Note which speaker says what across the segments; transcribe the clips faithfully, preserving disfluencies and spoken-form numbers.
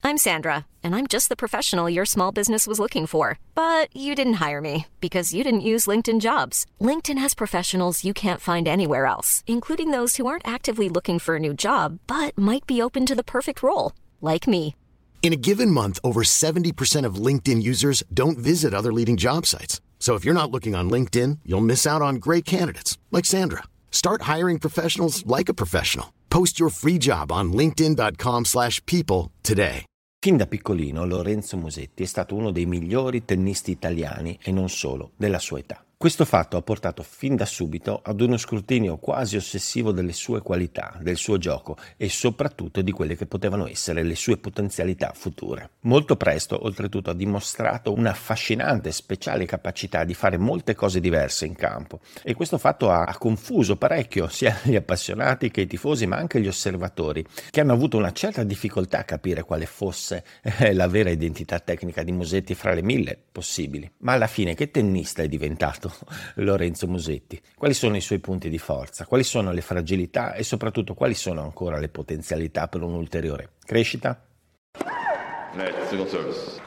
Speaker 1: I'm Sandra, and I'm just the professional your small business was looking for. But you didn't hire me because you didn't use LinkedIn Jobs. LinkedIn has professionals you can't find anywhere else, including those who aren't actively looking for a new job, but might be open to the perfect role, like me.
Speaker 2: In a given month, over seventy percent of LinkedIn users don't visit other leading job sites. So if you're not looking on LinkedIn, you'll miss out on great candidates like Sandra. Start hiring professionals like a professional. Post your free job on linkedin.com slash people today.
Speaker 3: Fin da piccolino Lorenzo Musetti è stato uno dei migliori tennisti italiani e non solo della sua età. Questo fatto ha portato fin da subito ad uno scrutinio quasi ossessivo delle sue qualità, del suo gioco e soprattutto di quelle che potevano essere le sue potenzialità future. Molto presto, oltretutto, ha dimostrato una affascinante e speciale capacità di fare molte cose diverse in campo e questo fatto ha, ha confuso parecchio sia gli appassionati che i tifosi, ma anche gli osservatori, che hanno avuto una certa difficoltà a capire quale fosse eh, la vera identità tecnica di Musetti fra le mille possibili. Ma alla fine che tennista è diventato Lorenzo Musetti? Quali sono i suoi punti di forza? Quali sono le fragilità e soprattutto quali sono ancora le potenzialità per un'ulteriore crescita?
Speaker 4: Single service.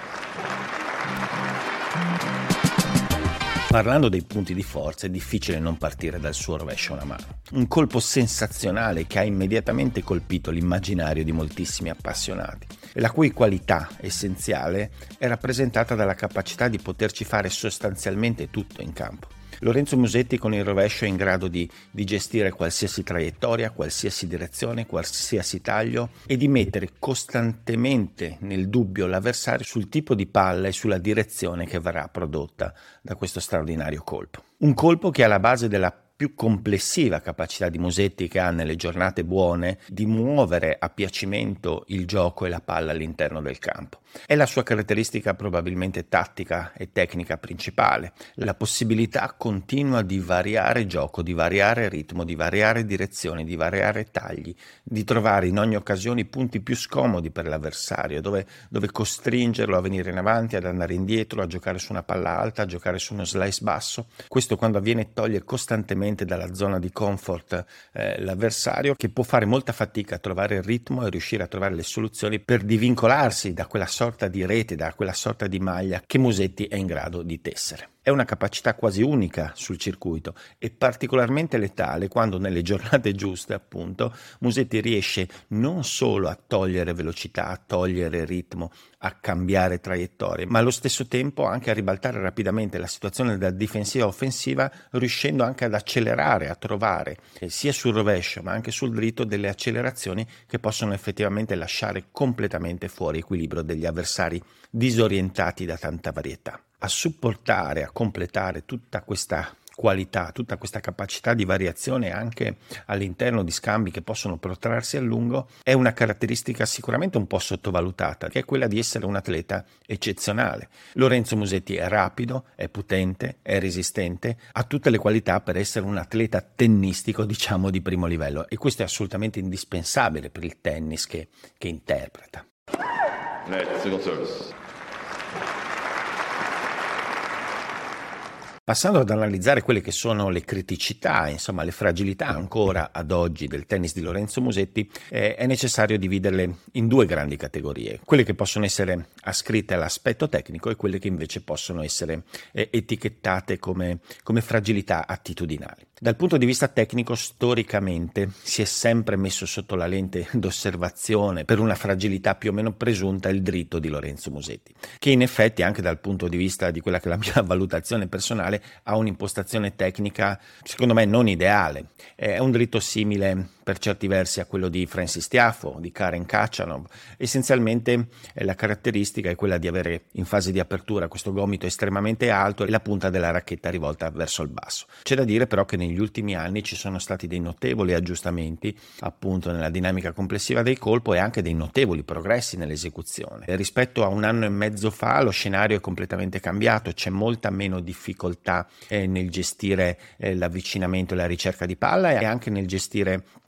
Speaker 3: Parlando dei punti di forza è difficile non partire dal suo rovescio a una mano. Un colpo sensazionale che ha immediatamente colpito l'immaginario di moltissimi appassionati e la cui qualità essenziale è rappresentata dalla capacità di poterci fare sostanzialmente tutto in campo. Lorenzo Musetti con il rovescio è in grado di, di gestire qualsiasi traiettoria, qualsiasi direzione, qualsiasi taglio e di mettere costantemente nel dubbio l'avversario sul tipo di palla e sulla direzione che verrà prodotta da questo straordinario colpo. Un colpo che è alla base della più complessiva capacità di Musetti, che ha nelle giornate buone di muovere a piacimento il gioco e la palla all'interno del campo. È la sua caratteristica probabilmente tattica e tecnica principale, la possibilità continua di variare gioco, di variare ritmo, di variare direzione, di variare tagli, di trovare in ogni occasione i punti più scomodi per l'avversario, dove, dove costringerlo a venire in avanti, ad andare indietro, a giocare su una palla alta, a giocare su uno slice basso. Questo, quando avviene, toglie costantemente dalla zona di comfort eh, l'avversario, che può fare molta fatica a trovare il ritmo e riuscire a trovare le soluzioni per divincolarsi da quella sorta di rete, da quella sorta di maglia che Musetti è in grado di tessere. È una capacità quasi unica sul circuito e particolarmente letale quando nelle giornate giuste, appunto, Musetti riesce non solo a togliere velocità, a togliere ritmo, a cambiare traiettorie, ma allo stesso tempo anche a ribaltare rapidamente la situazione da difensiva a offensiva, riuscendo anche ad accelerare, a trovare eh, sia sul rovescio ma anche sul dritto delle accelerazioni che possono effettivamente lasciare completamente fuori equilibrio degli avversari disorientati da tanta varietà. A supportare, a completare tutta questa qualità, tutta questa capacità di variazione anche all'interno di scambi che possono protrarsi a lungo, è una caratteristica sicuramente un po' sottovalutata, che è quella di essere un atleta eccezionale. Lorenzo Musetti è rapido, è potente, è resistente, ha tutte le qualità per essere un atleta tennistico, diciamo, di primo livello, e questo è assolutamente indispensabile per il tennis che, che interpreta.
Speaker 4: Net, single service.
Speaker 3: Passando ad analizzare quelle che sono le criticità, insomma le fragilità ancora ad oggi del tennis di Lorenzo Musetti, eh, è necessario dividerle in due grandi categorie, quelle che possono essere ascritte all'aspetto tecnico e quelle che invece possono essere eh, etichettate come, come fragilità attitudinali. Dal punto di vista tecnico, storicamente si è sempre messo sotto la lente d'osservazione per una fragilità più o meno presunta il dritto di Lorenzo Musetti, che in effetti anche dal punto di vista di quella che è la mia valutazione personale ha un'impostazione tecnica secondo me non ideale. È un dritto simile per certi versi a quello di Francis Tiafoe, di Karen Khachanov. Essenzialmente eh, la caratteristica è quella di avere in fase di apertura questo gomito estremamente alto e la punta della racchetta rivolta verso il basso. C'è da dire però che negli ultimi anni ci sono stati dei notevoli aggiustamenti appunto nella dinamica complessiva del colpo e anche dei notevoli progressi nell'esecuzione. E rispetto a un anno e mezzo fa lo scenario è completamente cambiato, c'è molta meno difficoltà eh, nel gestire eh, l'avvicinamento e la ricerca di palla e anche nel gestire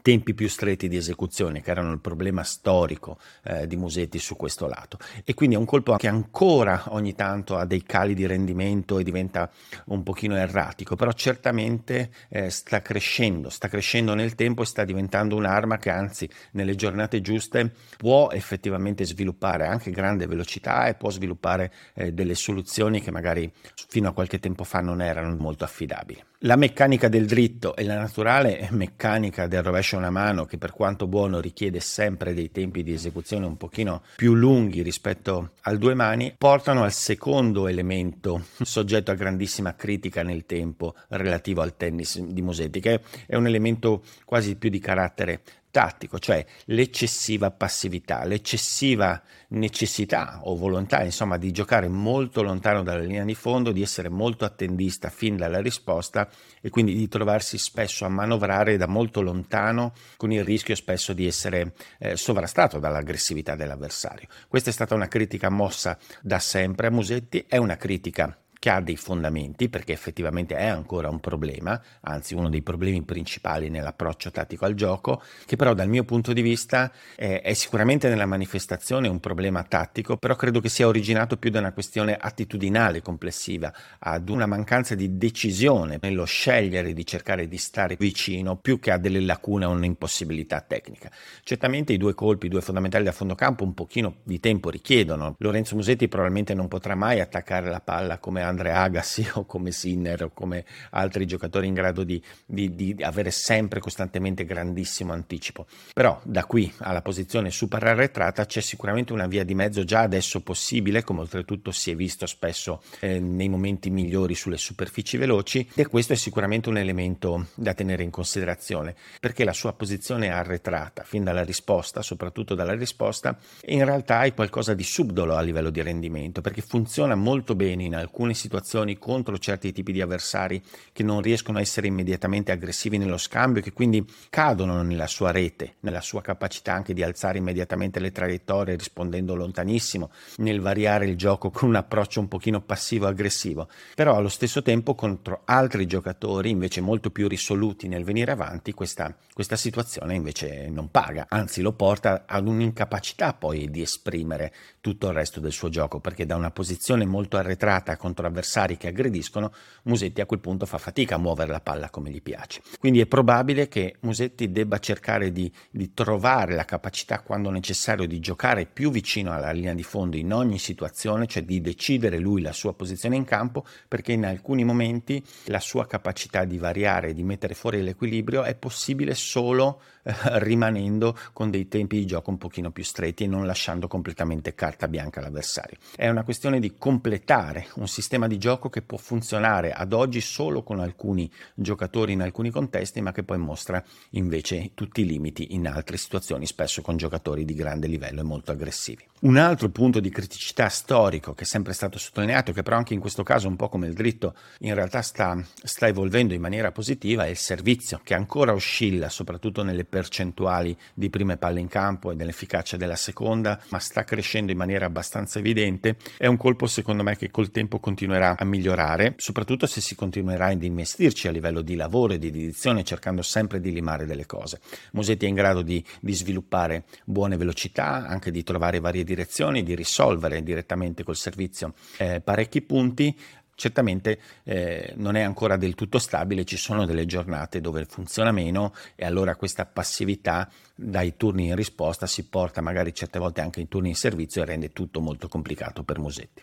Speaker 3: tempi più stretti di esecuzione, che erano il problema storico eh, di Musetti su questo lato. E quindi è un colpo che ancora ogni tanto ha dei cali di rendimento e diventa un pochino erratico, però certamente eh, sta crescendo, sta crescendo nel tempo e sta diventando un'arma che anzi nelle giornate giuste può effettivamente sviluppare anche grande velocità e può sviluppare eh, delle soluzioni che magari fino a qualche tempo fa non erano molto affidabili. La meccanica del dritto e la naturale meccanica del rovescio a una mano, che per quanto buono richiede sempre dei tempi di esecuzione un pochino più lunghi rispetto al due mani, portano al secondo elemento soggetto a grandissima critica nel tempo relativo al tennis di Musetti, che è un elemento quasi più di carattere tattico, cioè l'eccessiva passività, l'eccessiva necessità o volontà, insomma, di giocare molto lontano dalla linea di fondo, di essere molto attendista fin dalla risposta e quindi di trovarsi spesso a manovrare da molto lontano, con il rischio spesso di essere eh, sovrastato dall'aggressività dell'avversario. Questa è stata una critica mossa da sempre a Musetti, è una critica che ha dei fondamenti, perché effettivamente è ancora un problema, anzi uno dei problemi principali nell'approccio tattico al gioco, che però dal mio punto di vista è, è sicuramente nella manifestazione un problema tattico, però credo che sia originato più da una questione attitudinale complessiva, ad una mancanza di decisione nello scegliere di cercare di stare vicino, più che a delle lacune o un'impossibilità tecnica. Certamente i due colpi, i due fondamentali da fondo campo un pochino di tempo richiedono. Lorenzo Musetti probabilmente non potrà mai attaccare la palla come Andre Agassi o come Sinner o come altri giocatori in grado di, di, di avere sempre costantemente grandissimo anticipo, però da qui alla posizione super arretrata c'è sicuramente una via di mezzo già adesso possibile, come oltretutto si è visto spesso eh, nei momenti migliori sulle superfici veloci, e questo è sicuramente un elemento da tenere in considerazione, perché la sua posizione arretrata fin dalla risposta, soprattutto dalla risposta, in realtà è qualcosa di subdolo a livello di rendimento, perché funziona molto bene in alcune situazioni contro certi tipi di avversari che non riescono a essere immediatamente aggressivi nello scambio e che quindi cadono nella sua rete, nella sua capacità anche di alzare immediatamente le traiettorie rispondendo lontanissimo, nel variare il gioco con un approccio un pochino passivo-aggressivo, però allo stesso tempo contro altri giocatori invece molto più risoluti nel venire avanti questa, questa situazione invece non paga, anzi lo porta ad un'incapacità poi di esprimere tutto il resto del suo gioco, perché da una posizione molto arretrata contro avversari che aggrediscono, Musetti a quel punto fa fatica a muovere la palla come gli piace. Quindi è probabile che Musetti debba cercare di, di trovare la capacità quando necessario di giocare più vicino alla linea di fondo in ogni situazione, cioè di decidere lui la sua posizione in campo, perché in alcuni momenti la sua capacità di variare, di mettere fuori l'equilibrio è possibile solo eh, rimanendo con dei tempi di gioco un pochino più stretti e non lasciando completamente carta bianca all'avversario. È una questione di completare un sistema di gioco che può funzionare ad oggi solo con alcuni giocatori in alcuni contesti, ma che poi mostra invece tutti i limiti in altre situazioni, spesso con giocatori di grande livello e molto aggressivi. Un altro punto di criticità storico che è sempre stato sottolineato, che però anche in questo caso un po' come il dritto in realtà sta, sta evolvendo in maniera positiva, è il servizio, che ancora oscilla soprattutto nelle percentuali di prime palle in campo e nell'efficacia della seconda, ma sta crescendo in maniera abbastanza evidente. È un colpo secondo me che col tempo continuerà a migliorare, soprattutto se si continuerà ad investirci a livello di lavoro e di dedizione, cercando sempre di limare delle cose. Musetti è in grado di, di sviluppare buone velocità, anche di trovare varie direzioni, di risolvere direttamente col servizio eh, parecchi punti. Certamente eh, non è ancora del tutto stabile, ci sono delle giornate dove funziona meno e allora questa passività dai turni in risposta si porta magari certe volte anche in turni in servizio e rende tutto molto complicato per Musetti.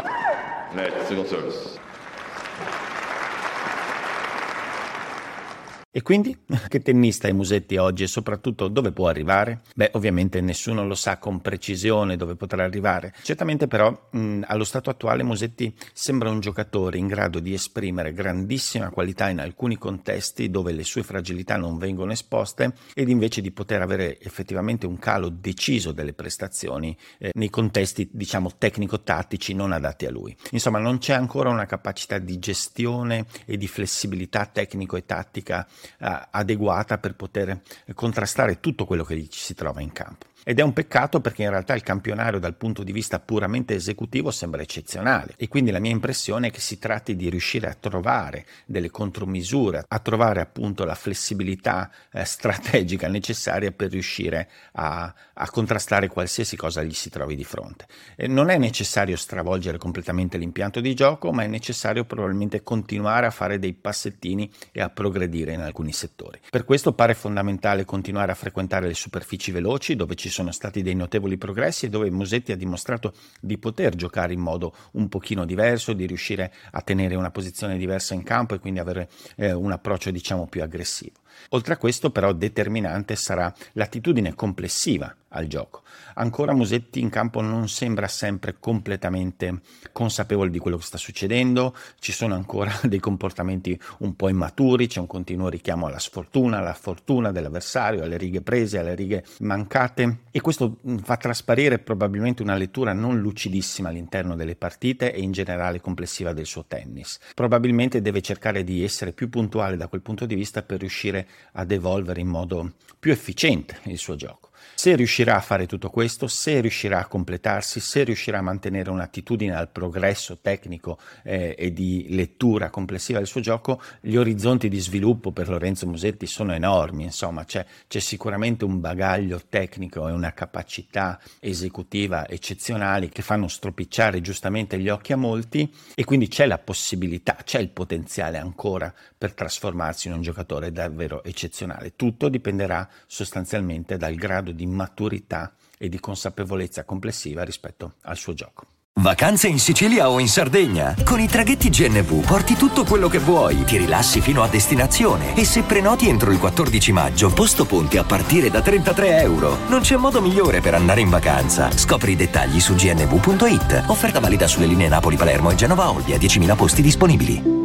Speaker 4: Net, single service.
Speaker 3: E quindi che tennista è Musetti oggi e soprattutto dove può arrivare? Beh, ovviamente nessuno lo sa con precisione dove potrà arrivare. Certamente però mh, allo stato attuale Musetti sembra un giocatore in grado di esprimere grandissima qualità in alcuni contesti dove le sue fragilità non vengono esposte ed invece di poter avere effettivamente un calo deciso delle prestazioni eh, nei contesti diciamo tecnico-tattici non adatti a lui. Insomma, non c'è ancora una capacità di gestione e di flessibilità tecnico e tattica adeguata per poter contrastare tutto quello che gli si trova in campo. Ed è un peccato perché in realtà il campionario dal punto di vista puramente esecutivo sembra eccezionale, e quindi la mia impressione è che si tratti di riuscire a trovare delle contromisure, a trovare appunto la flessibilità eh, strategica necessaria per riuscire a, a contrastare qualsiasi cosa gli si trovi di fronte. E non è necessario stravolgere completamente l'impianto di gioco, ma è necessario probabilmente continuare a fare dei passettini e a progredire in alcuni settori. Per questo pare fondamentale continuare a frequentare le superfici veloci, dove ci sono stati dei notevoli progressi e dove Musetti ha dimostrato di poter giocare in modo un pochino diverso, di riuscire a tenere una posizione diversa in campo e quindi avere eh, un approccio diciamo più aggressivo. Oltre a questo però determinante sarà l'attitudine complessiva al gioco. Ancora Musetti in campo non sembra sempre completamente consapevole di quello che sta succedendo, ci sono ancora dei comportamenti un po' immaturi, c'è un continuo richiamo alla sfortuna, alla fortuna dell'avversario, alle righe prese, alle righe mancate, e questo fa trasparire probabilmente una lettura non lucidissima all'interno delle partite e in generale complessiva del suo tennis. Probabilmente deve cercare di essere più puntuale da quel punto di vista per riuscire ad evolvere in modo più efficiente il suo gioco. Se riuscirà a fare tutto questo, se riuscirà a completarsi, se riuscirà a mantenere un'attitudine al progresso tecnico eh, e di lettura complessiva del suo gioco, gli orizzonti di sviluppo per Lorenzo Musetti sono enormi. Insomma, c'è, c'è sicuramente un bagaglio tecnico e una capacità esecutiva eccezionali che fanno stropicciare giustamente gli occhi a molti, e quindi c'è la possibilità, c'è il potenziale ancora per trasformarsi in un giocatore davvero eccezionale. Tutto dipenderà sostanzialmente dal grado di maturità e di consapevolezza complessiva rispetto al suo gioco.
Speaker 5: Vacanze in Sicilia o in Sardegna? Con i traghetti G N V porti tutto quello che vuoi, ti rilassi fino a destinazione e se prenoti entro il quattordici maggio, posto ponti a partire da trentatré euro. Non c'è modo migliore per andare in vacanza. Scopri i dettagli su g n v punto i t. Offerta valida sulle linee Napoli-Palermo e Genova-Olbia, diecimila posti disponibili.